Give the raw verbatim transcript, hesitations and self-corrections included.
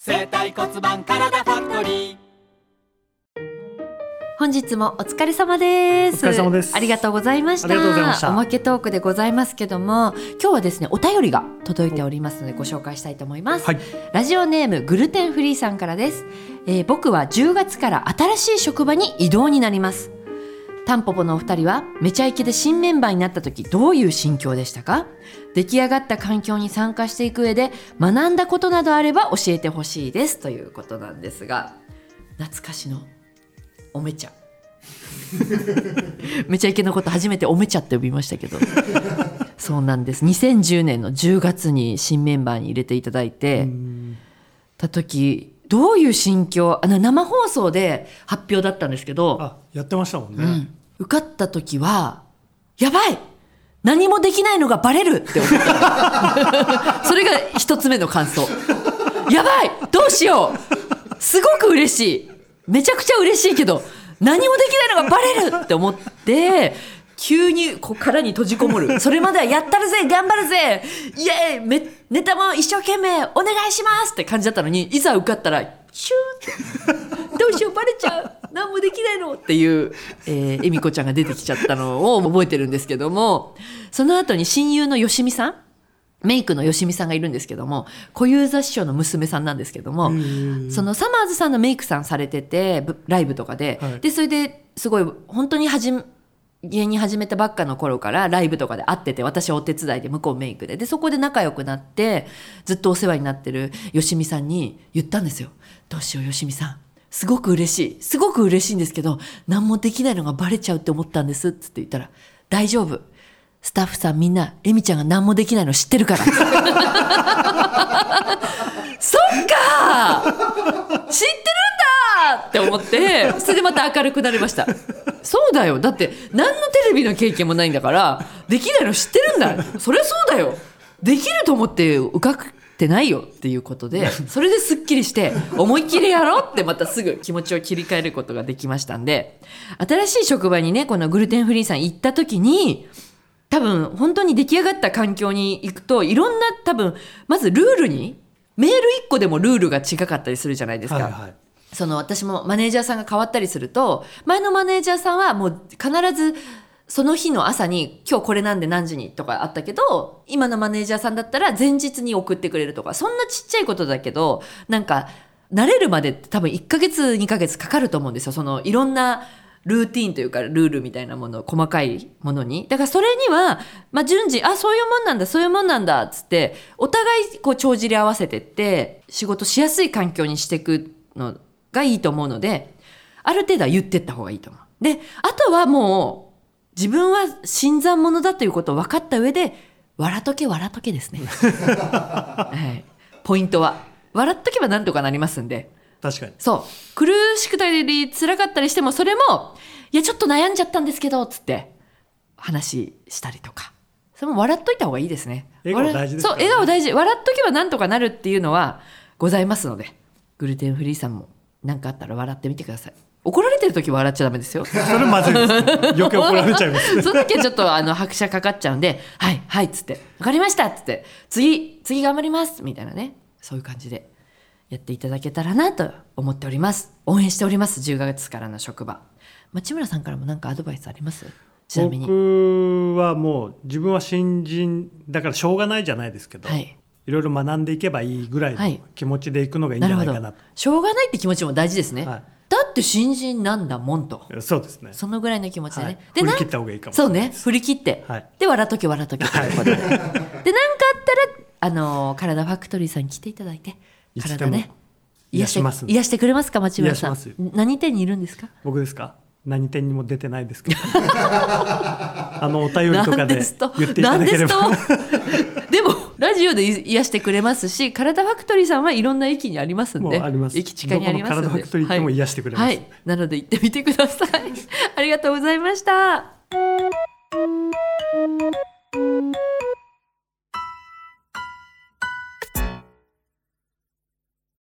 生体骨盤体ファクトリー。 本日もお疲れ様です。 お疲れ様です。 ありがとうございました。 ありがとうございました。 おまけトークでございますけども、今日はですねお便りが届いておりますのでご紹介したいと思います、はい、ラジオネームグルテンフリーさんからです、えー、僕はじゅうがつから新しい職場に異動になります。タンポポのお二人はめちゃイケで新メンバーになった時どういう心境でしたか？出来上がった環境に参加していく上で学んだことなどあれば教えてほしいですということなんですが、懐かしのおめちゃめちゃイケのこと初めておめちゃって呼びましたけどそうなんです。にせんじゅうねんのじゅうがつに新メンバーに入れていただいてた時どういう心境、あの生放送で発表だったんですけど、 あ、やってましたもんね、うん、 受かった時はやばい何もできないのがバレるって思ったそれが一つ目の感想。やばいどうしようすごく嬉しいめちゃくちゃ嬉しいけど何もできないのがバレるって思って急にこう殻に閉じこもる。それまではやったるぜ頑張るぜイエーイめネタも一生懸命お願いしますって感じだったのに、いざ受かったらシューってどうしようバレちゃう何もできないのっていう、えー、恵美子ちゃんが出てきちゃったのを覚えてるんですけども、その後に親友のよしみさん、メイクのよしみさんがいるんですけども、小遊三師匠の娘さんなんですけども、そのサマーズさんのメイクさんされててライブとかで、はい、でそれですごい本当に始め芸人始めたばっかの頃からライブとかで会ってて、私はお手伝いで向こうメイクで、でそこで仲良くなってずっとお世話になってるよしみさんに言ったんですよ。どうしようよしみさんすごく嬉しいすごく嬉しいんですけど何もできないのがバレちゃうって思ったんですって言ったら、大丈夫スタッフさんみんなエミちゃんが何もできないの知ってるからそっか知ってるんだって思って、それでまた明るくなりました。そうだよだって何のテレビの経験もないんだからできないの知ってるんだそりゃそうだよできると思って受かってないよっていうことで、それですっきりして思いっきりやろうってまたすぐ気持ちを切り替えることができましたんで、新しい職場にねこのグルテンフリーさん行った時に多分本当に出来上がった環境に行くといろんな多分まずルールにメールいっこでもルールが違かったりするじゃないですか、はいはい、その私もマネージャーさんが変わったりすると前のマネージャーさんはもう必ずその日の朝に今日これなんで何時にとかあったけど、今のマネージャーさんだったら前日に送ってくれるとか、そんなちっちゃいことだけどなんか慣れるまで多分いっかげつにかげつかかると思うんですよ。そのいろんなルーティーンというかルールみたいなもの細かいものに、だからそれには、まあ、順次あそういうもんなんだそういうもんなんだっつってお互いこう帳尻合わせてって仕事しやすい環境にしていくのがいいと思うので、ある程度は言ってった方がいいと思う。であとはもう自分は新参者だということを分かった上で笑っとけ笑っとけですね、はい、ポイントは笑っとけばなんとかなりますんで。 確かにそう苦しくたり辛かったりしてもそれもいやちょっと悩んじゃったんですけどつって話したりとか、それも笑っといた方がいいですね。 笑顔大事ですからね。 そう笑顔大事、笑っとけばなんとかなるっていうのはございますので、グルテンフリーさんも何かあったら笑ってみてください。怒られてる時は笑っちゃダメですよそれまずいです、ね、余計怒られちゃいますその時はちょっとあの拍車かかっちゃうんではいはいっつって分かりましたっつって次次頑張りますみたいなね、そういう感じでやっていただけたらなと思っております。応援しております。じゅうがつからの職場。町村さんからも何かアドバイスあります？ちなみに僕はもう自分は新人だからしょうがないじゃないですけど、はい、いろいろ学んでいけばいいぐらいの気持ちでいくのがいいんじゃないかなと、はい、なるほど。しょうがないって気持ちも大事ですね、はい、だって新人なんだもんと。 そうですね。 そのぐらいの気持ちでね、はい、 で振り切った方がいいかもしれない。 そうね振り切って、はい、で笑っとけ笑っとけということで、はい、で何かあったらあの体ファクトリーさんに来ていただいて体ね癒して、癒してくれますか町村さん。何店にいるんですか？ 僕ですか？何店にも出てないですけどあのお便りとかで言っていただければでもラジオで癒してくれますし、体ファクトリーさんはいろんな駅にありますんで、 あります、 駅近にありますのでどこの体ファクトリーでも癒してくれます、 はいはい、なので行ってみてくださいありがとうございました。